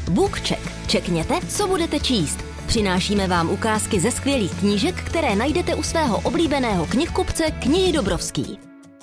BookCheck. Čekněte, co budete číst. Přinášíme vám ukázky ze skvělých knížek, které najdete u svého oblíbeného knihkupce Knihy Dobrovský.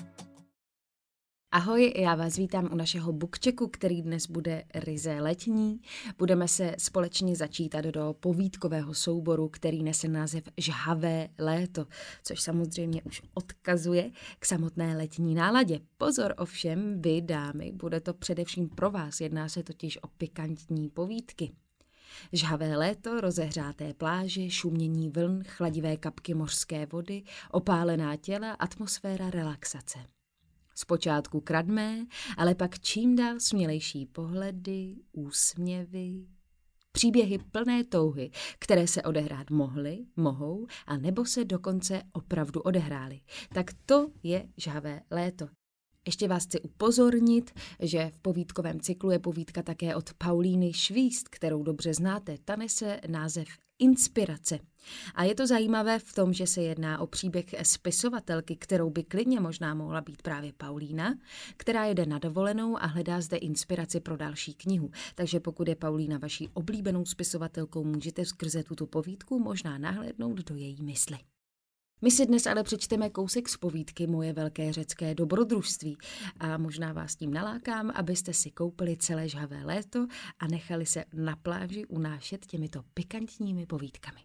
Ahoj, já vás vítám u našeho BookChecku, který dnes bude ryze letní. Budeme se společně začítat do povídkového souboru, který nese název Žhavé léto, což samozřejmě už odkazuje k samotné letní náladě. Pozor ovšem, vy dámy, bude to především pro vás, jedná se totiž o pikantní povídky. Žhavé léto, rozehřáté pláže, šumění vln, chladivé kapky mořské vody, opálená těla, atmosféra relaxace. Zpočátku kradmé, ale pak čím dál smělejší pohledy, úsměvy, příběhy plné touhy, které se odehrát mohou, a nebo se dokonce opravdu odehrály. Tak to je Žhavé léto. Ještě vás chci upozornit, že v povídkovém cyklu je povídka také od Paulíny Švíst, kterou dobře znáte. Ta nese název Inspirace. A je to zajímavé v tom, že se jedná o příběh spisovatelky, kterou by klidně možná mohla být právě Paulína, která jede na dovolenou a hledá zde inspiraci pro další knihu. Takže pokud je Paulína vaší oblíbenou spisovatelkou, můžete skrze tuto povídku možná nahlédnout do její mysli. My si dnes ale přečteme kousek z povídky Moje velké řecké dobrodružství a možná vás tím nalákám, abyste si koupili celé Žhavé léto a nechali se na pláži unášet těmito pikantními povídkami.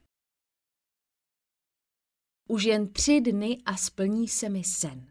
Už jen 3 dny a splní se mi sen.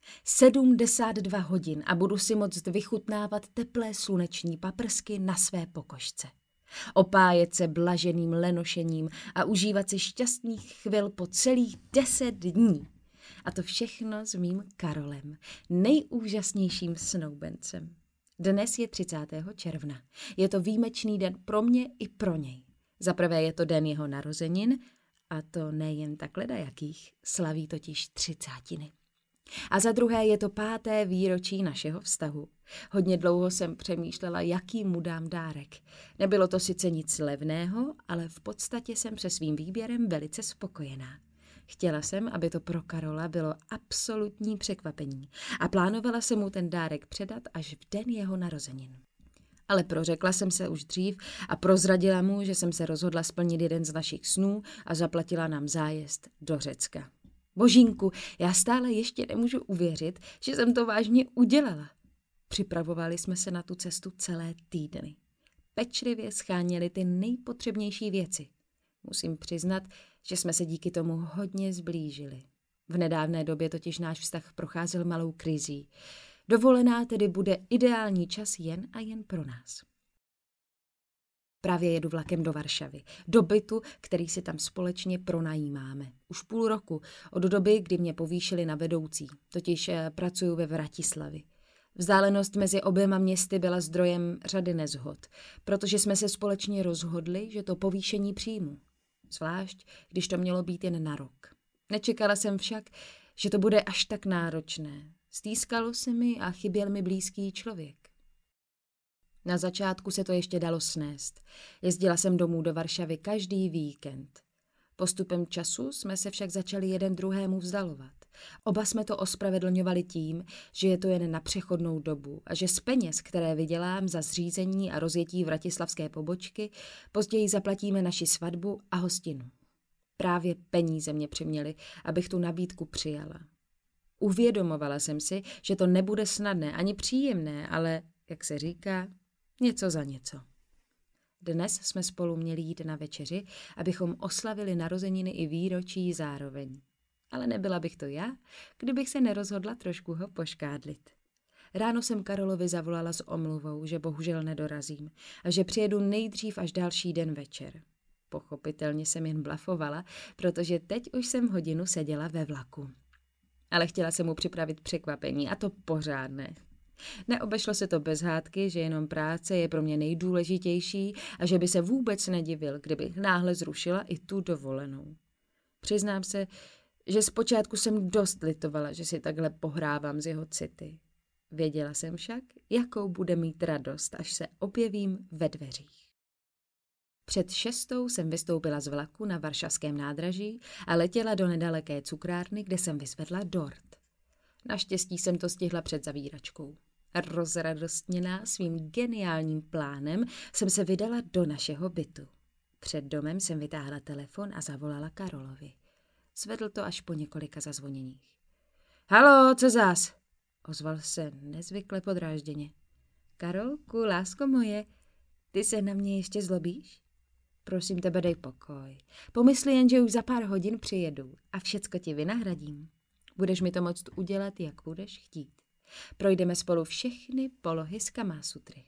72 hodin a budu si moct vychutnávat teplé sluneční paprsky na své pokožce. Opájet se blaženým lenošením a užívat si šťastných chvil po celých 10 dní. A to všechno s mým Karolem, nejúžasnějším snoubencem. Dnes je 30. června. Je to výjimečný den pro mě i pro něj. Za prvé je to den jeho narozenin, a to nejen tak ledajakých, slaví totiž 30. A za druhé je to 5. výročí našeho vztahu. Hodně dlouho jsem přemýšlela, jaký mu dám dárek. Nebylo to sice nic levného, ale v podstatě jsem se svým výběrem velice spokojená. Chtěla jsem, aby to pro Karola bylo absolutní překvapení a plánovala jsem mu ten dárek předat až v den jeho narozenin. Ale prořekla jsem se už dřív a prozradila mu, že jsem se rozhodla splnit jeden z našich snů a zaplatila nám zájezd do Řecka. Božínku, já stále ještě nemůžu uvěřit, že jsem to vážně udělala. Připravovali jsme se na tu cestu celé týdny. Pečlivě scháněli ty nejpotřebnější věci. Musím přiznat, že jsme se díky tomu hodně zblížili. V nedávné době totiž náš vztah procházel malou krizí. Dovolená tedy bude ideální čas jen a jen pro nás. Právě jedu vlakem do Varšavy, do bytu, který si tam společně pronajímáme. Už půl roku, od doby, kdy mě povýšili na vedoucí, totiž pracuju ve Vratislavi. Vzdálenost mezi oběma městy byla zdrojem řady nezhod, protože jsme se společně rozhodli, že to povýšení přijmu. Zvlášť, když to mělo být jen na rok. Nečekala jsem však, že to bude až tak náročné. Stýskalo se mi a chyběl mi blízký člověk. Na začátku se to ještě dalo snést. Jezdila jsem domů do Varšavy každý víkend. Postupem času jsme se však začali jeden druhému vzdalovat. Oba jsme to ospravedlňovali tím, že je to jen na přechodnou dobu a že z peněz, které vydělám za zřízení a rozjetí vratislavské pobočky, později zaplatíme naši svatbu a hostinu. Právě peníze mě přiměly, abych tu nabídku přijala. Uvědomovala jsem si, že to nebude snadné ani příjemné, ale, jak se říká, něco za něco. Dnes jsme spolu měli jít na večeři, abychom oslavili narozeniny i výročí zároveň. Ale nebyla bych to já, kdybych se nerozhodla trošku ho poškádlit. Ráno jsem Karolovi zavolala s omluvou, že bohužel nedorazím a že přijedu nejdřív až další den večer. Pochopitelně jsem jen blafovala, protože teď už jsem hodinu seděla ve vlaku. Ale chtěla jsem mu připravit překvapení, a to pořádné. Neobešlo se to bez hádky, že jenom práce je pro mě nejdůležitější a že by se vůbec nedivil, kdybych náhle zrušila i tu dovolenou. Přiznám se, že zpočátku jsem dost litovala, že si takhle pohrávám z jeho city. Věděla jsem však, jakou bude mít radost, až se objevím ve dveřích. Před 6 jsem vystoupila z vlaku na varšavském nádraží a letěla do nedaleké cukrárny, kde jsem vyzvedla dort. Naštěstí jsem to stihla před zavíračkou. Rozradostněná svým geniálním plánem jsem se vydala do našeho bytu. Před domem jsem vytáhla telefon a zavolala Karolovi. Zvedl to až po několika zazvoněních. Haló, co zás? Ozval se nezvykle podrážděně. Karolku, lásko moje, ty se na mě ještě zlobíš? Prosím tebe, dej pokoj. Pomysli jen, že už za pár hodin přijedu a všecko ti vynahradím. Budeš mi to moct udělat, jak budeš chtít. Projdeme spolu všechny polohy z Kamasutry.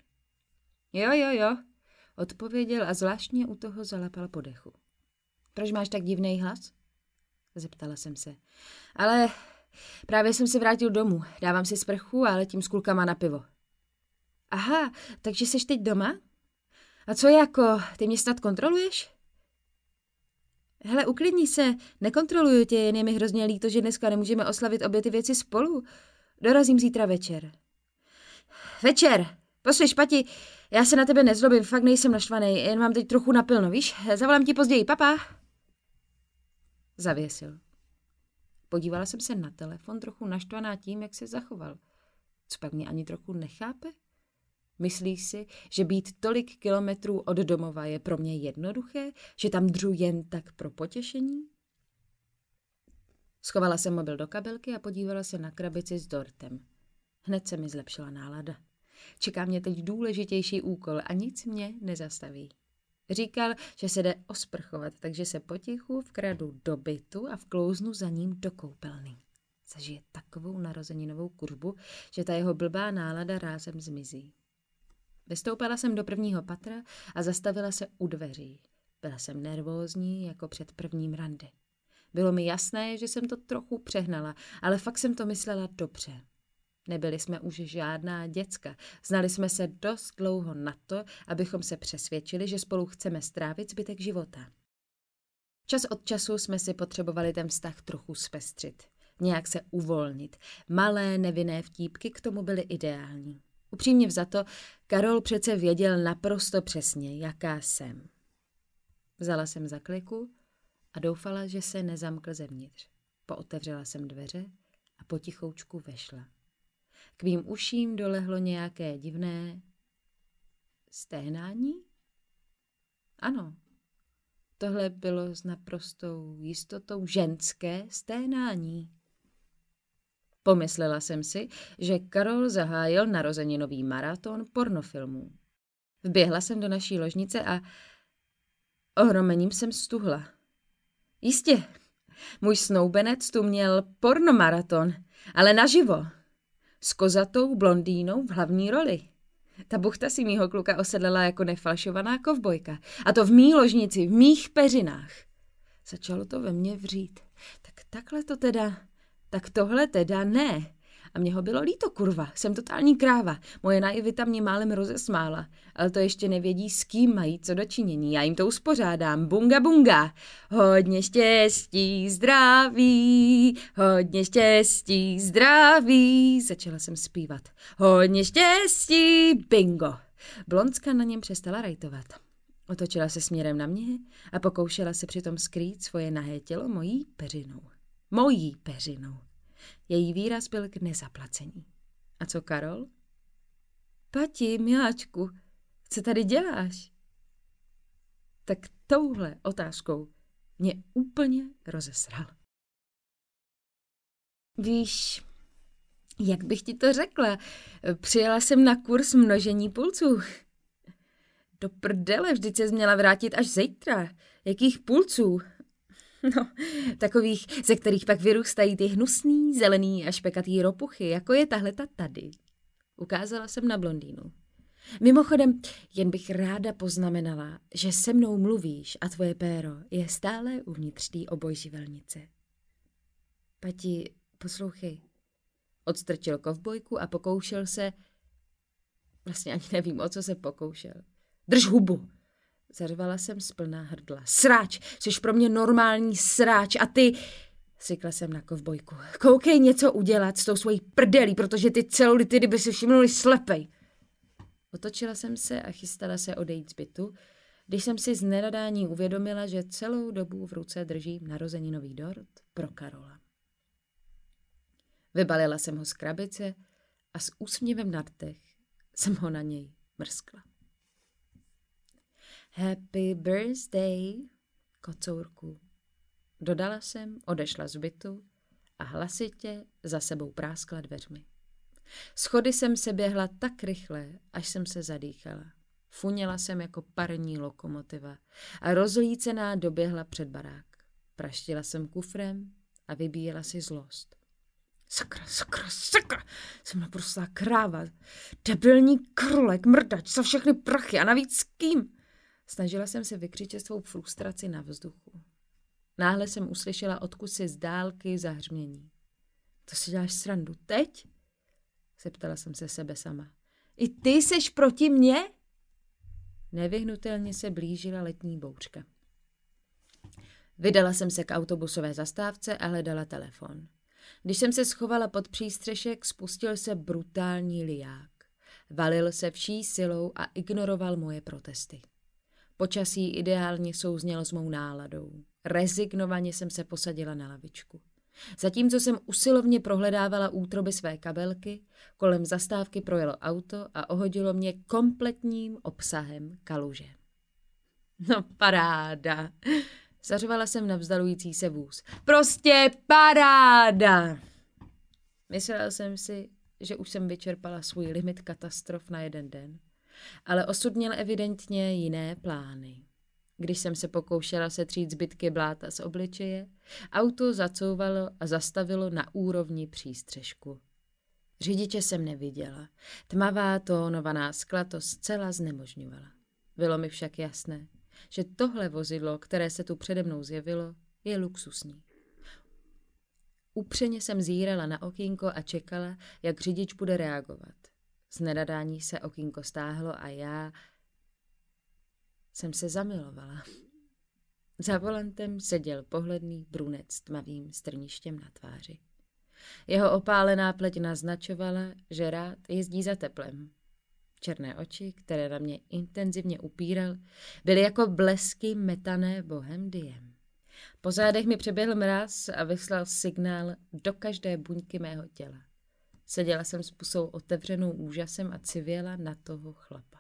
Jo, odpověděl a zvláštně u toho zalapal po dechu. Proč máš tak divný hlas? Zeptala jsem se. Ale právě jsem se vrátil domů. Dávám si sprchu a letím s klukama na pivo. Aha, takže seš teď doma? A co jako, ty mě snad kontroluješ? Hele, uklidni se, nekontroluju tě, jen je mi hrozně líto, že dneska nemůžeme oslavit obě ty věci spolu. Dorazím zítra večer. Večer! Poslyš, Pati, já se na tebe nezlobím, fakt nejsem naštvaný, jen mám teď trochu napilno, víš? Zavolám ti později, papa. Zavěsil. Podívala jsem se na telefon, trochu naštvaná tím, jak se zachoval. Co pak mě ani trochu nechápe? Myslíš si, že být tolik kilometrů od domova je pro mě jednoduché, že tam dřu jen tak pro potěšení? Schovala jsem mobil do kabelky a podívala se na krabici s dortem. Hned se mi zlepšila nálada. Čeká mě teď důležitější úkol a nic mě nezastaví. Říkal, že se jde osprchovat, takže se potichu vkradu do bytu a vklouznu za ním do koupelny. Zažije takovou narozeninovou kurbu, že ta jeho blbá nálada rázem zmizí. Vystoupala jsem do prvního patra a zastavila se u dveří. Byla jsem nervózní jako před prvním rande. Bylo mi jasné, že jsem to trochu přehnala, ale fakt jsem to myslela dobře. Nebyli jsme už žádná děcka. Znali jsme se dost dlouho na to, abychom se přesvědčili, že spolu chceme strávit zbytek života. Čas od času jsme si potřebovali ten vztah trochu zpestřit. Nějak se uvolnit. Malé nevinné vtípky k tomu byly ideální. Upřímně vzato, Karol přece věděl naprosto přesně, jaká jsem. Vzala jsem za kliku a doufala, že se nezamkl zevnitř. Pootevřela jsem dveře a potichoučku vešla. K mým uším dolehlo nějaké divné sténání? Ano, tohle bylo s naprostou jistotou ženské sténání. Pomyslela jsem si, že Karol zahájil narozeninový maraton pornofilmů. Vběhla jsem do naší ložnice a ohromením jsem stuhla. Jistě, můj snoubenec tu měl pornomaraton, ale naživo. S kozatou blondýnou v hlavní roli. Ta buchta si mýho kluka osedlela jako nefalšovaná kovbojka. A to v mý ložnici, v mých peřinách. Začalo to ve mně vřít. Tak tohle teda ne. A mě ho bylo líto, kurva. Jsem totální kráva. Moje naivita mě málem rozesmála. Ale to ještě nevědí, s kým mají co dočinění. Já jim to uspořádám. Bunga, bunga. Hodně štěstí, zdraví. Hodně štěstí, zdraví. Začala jsem zpívat. Hodně štěstí, bingo. Blondská na něm přestala rajtovat. Otočila se směrem na mě a pokoušela se přitom skrýt svoje nahé tělo mojí peřinou. Mojí peřinou. Její výraz byl k nezaplacení. A co Karol? Pati, miláčku, co tady děláš? Tak touhle otázkou mě úplně rozesral. Víš, jak bych ti to řekla, přijela jsem na kurz množení pulců. Do prdele, vždyť ses měla vrátit až zítra. Jakých pulců? No, takových, ze kterých pak vyrůstají ty hnusný, zelený a špekatý ropuchy, jako je tahleta tady. Ukázala jsem na blondýnu. Mimochodem, jen bych ráda poznamenala, že se mnou mluvíš a tvoje péro je stále uvnitř té obojživelnice. Pati, poslouchej. Odstrčil kovbojku a pokoušel se... Vlastně ani nevím, o co se pokoušel. Drž hubu! Zařvala jsem splná hrdla. Sráč, jsi pro mě normální sráč a ty... Sykla jsem na kovbojku. Koukej něco udělat s tou svojí prdelí, protože ty celulitidy by si všimnuli slepej. Otočila jsem se a chystala se odejít z bytu, když jsem si z nenadání uvědomila, že celou dobu v ruce držím narozeninový dort pro Karola. Vybalila jsem ho z krabice a s úsměvem na rtech jsem ho na něj mrskla. Happy birthday, kocourku. Dodala jsem, odešla z bytu a hlasitě za sebou práskla dveřmi. Schody jsem se běhla tak rychle, až jsem se zadýchala. Funěla jsem jako parní lokomotiva a rozlícená doběhla před barák. Praštila jsem kufrem a vybíjela si zlost. Sakra, jsem naprostá kráva, debilní krulek, mrdač, za všechny prachy a navíc s kým? Snažila jsem se vykřičet svou frustraci na vzduchu. Náhle jsem uslyšela odkusy z dálky zahřmění. To si děláš srandu teď? Zeptala jsem se sebe sama. I ty seš proti mně? Nevyhnutelně se blížila letní bouřka. Vydala jsem se k autobusové zastávce a hledala telefon. Když jsem se schovala pod přístřešek, spustil se brutální liják. Valil se vší silou a ignoroval moje protesty. Počasí ideálně souznělo s mou náladou. Rezignovaně jsem se posadila na lavičku. Zatímco jsem usilovně prohledávala útroby své kabelky, kolem zastávky projelo auto a ohodilo mě kompletním obsahem kaluže. No paráda, zařvala jsem na vzdalující se vůz. Prostě paráda! Myslela jsem si, že už jsem vyčerpala svůj limit katastrof na jeden den, ale osud měl evidentně jiné plány. Když jsem se pokoušela setřít zbytky bláta z obličeje, auto zacouvalo a zastavilo na úrovni přístřešku. Řidiče jsem neviděla. Tmavá tónovaná skla to zcela znemožňovala. Bylo mi však jasné, že tohle vozidlo, které se tu přede mnou zjevilo, je luxusní. Upřeně jsem zírala na okýnko a čekala, jak řidič bude reagovat. Z nedadání se okýnko stáhlo a já jsem se zamilovala. Za volantem seděl pohledný brunet s tmavým strništěm na tváři. Jeho opálená pleť naznačovala, že rád jezdí za teplem. Černé oči, které na mě intenzivně upíral, byly jako blesky metané bohem diem. Po zádech mi přeběhl mráz a vyslal signál do každé buňky mého těla. Seděla jsem s pusou otevřenou úžasem a civěla na toho chlapa.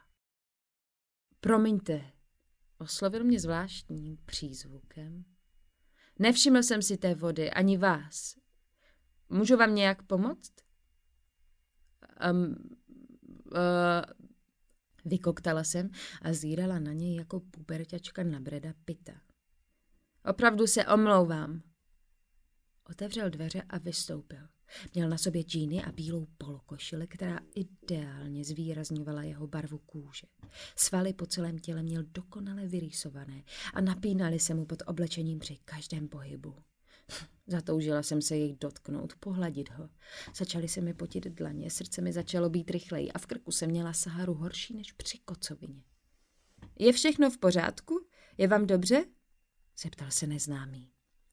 Promiňte, oslovil mě zvláštním přízvukem. Nevšiml jsem si té vody, ani vás. Můžu vám nějak pomoct? Vykoktala jsem a zírala na něj jako puberťačka na Brada Pitta. Opravdu se omlouvám. Otevřel dveře a vystoupil. Měl na sobě džíny a bílou polokošili, která ideálně zvýrazňovala jeho barvu kůže. Svaly po celém těle měl dokonale vyrýsované a napínaly se mu pod oblečením při každém pohybu. Zatoužila jsem se jej dotknout, pohladit ho. Začaly se mi potit dlaně, srdce mi začalo být rychleji a v krku jsem měla Saharu horší než při kocovině. Je všechno v pořádku? Je vám dobře? Zeptal se neznámý.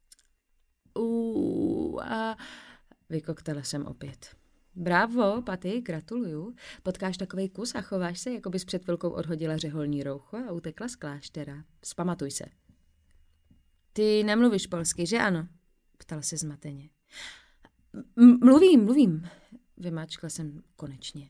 Vykoktala jsem opět. Bravo, Paty, gratuluju. Potkáš takovej kus a chováš se, jako bys před chvilkou odhodila řeholní roucho a utekla z kláštera. Vzpamatuj se. Ty nemluvíš polsky, že ano? Ptal se zmateně. Mluvím, vymáčkla jsem konečně.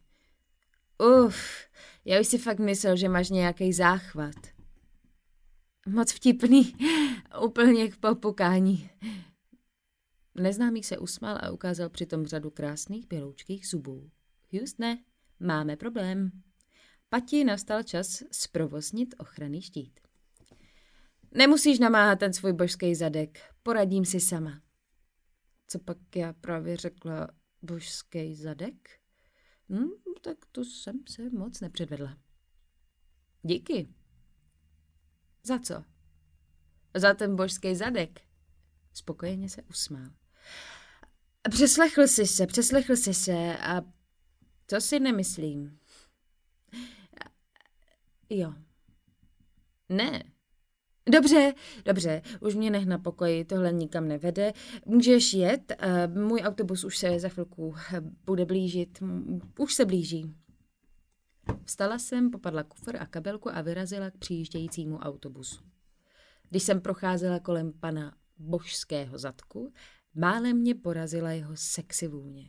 Já už si fakt myslel, že máš nějaký záchvat. Moc vtipný, úplně k popukání. Neznámý se usmál a ukázal přitom řadu krásných běloučkých zubů. Houstone, máme problém. Pati, nastal čas zprovoznit ochranný štít. Nemusíš namáhat ten svůj božský zadek, poradím si sama. Co pak já právě řekla božský zadek? Tak to jsem se moc nepředvedla. Díky. Za co? Za ten božský zadek. Spokojeně se usmál. Přeslechl jsi se a to si nemyslím. Jo. Ne. Dobře, už mě nech na pokoji, tohle nikam nevede. Můžeš jet, můj autobus už se za chvilku bude blížit, už se blíží. Vstala jsem, popadla kufr a kabelku a vyrazila k přijíždějícímu autobusu. Když jsem procházela kolem pana božského zadku, málem mě porazila jeho sexy vůně.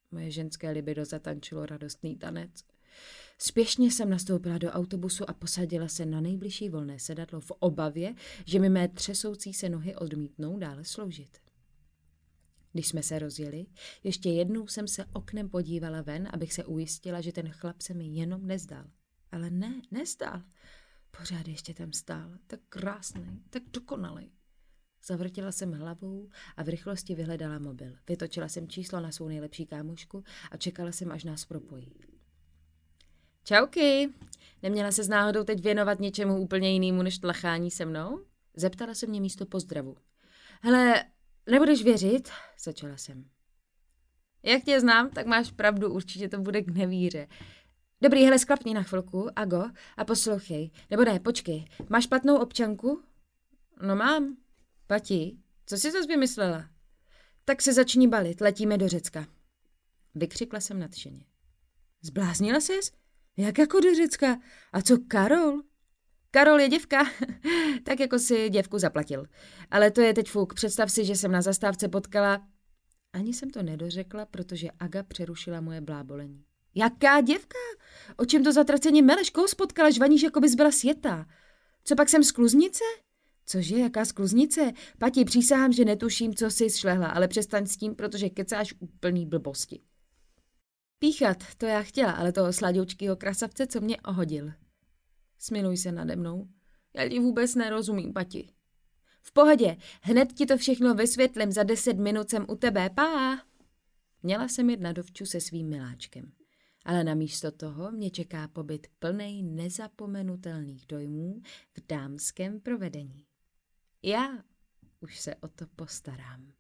Moje ženské libido zatančilo radostný tanec. Spěšně jsem nastoupila do autobusu a posadila se na nejbližší volné sedadlo v obavě, že mi mé třesoucí se nohy odmítnou dále sloužit. Když jsme se rozjeli, ještě jednou jsem se oknem podívala ven, abych se ujistila, že ten chlap se mi jenom nezdál. Ale ne, nezdál. Pořád ještě tam stál, tak krásný, tak dokonalý. Zavrtila jsem hlavou a v rychlosti vyhledala mobil. Vytočila jsem číslo na svou nejlepší kámošku a čekala jsem, až nás propojí. Čauky, neměla se s náhodou teď věnovat něčemu úplně jinému než tlachání se mnou? Zeptala se mě místo pozdravu. Hele, nebudeš věřit? Začala jsem. Jak tě znám, tak máš pravdu, určitě to bude k nevíře. Dobrý, hele, sklapni na chvilku, Ago, a poslouchej. Nebo ne, počkej, máš platnou občanku? No mám. Pati, co jsi zase vymyslela? Tak se začni balit, letíme do Řecka. Vykřikla jsem nadšeně. Zbláznila ses? Jak jako do Řecka? A co Karol? Karol je děvka, tak jako si děvku zaplatil. Ale to je teď fuk, představ si, že jsem na zastávce potkala... Ani jsem to nedořekla, protože Aga přerušila moje blábolení. Jaká děvka? O čem to zatraceně meleš? Koho spotkala? Žvaníš, jako bys byla světá. Co pak jsem z Kluznice? Cože, jaká z Kluznice? Pati, přísahám, že netuším, co jsi šlehla, ale přestaň s tím, protože kecáš úplný blbosti. Píchat, to já chtěla, ale toho sladoučkýho krasavce, co mě ohodil. Smiluj se nade mnou. Já ti vůbec nerozumím, Pati. V pohodě, hned ti to všechno vysvětlím, za 10 minut jsem u tebe, pá. Měla jsem jet na dovču se svým miláčkem, ale namísto toho mě čeká pobyt plnej nezapomenutelných dojmů v dámském provedení. Já už se o to postarám.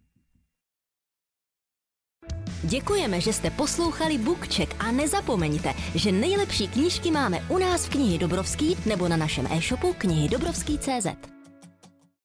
Děkujeme, že jste poslouchali BookCheck a nezapomeňte, že nejlepší knížky máme u nás v Knihy Dobrovský nebo na našem e-shopu knihydobrovský.cz.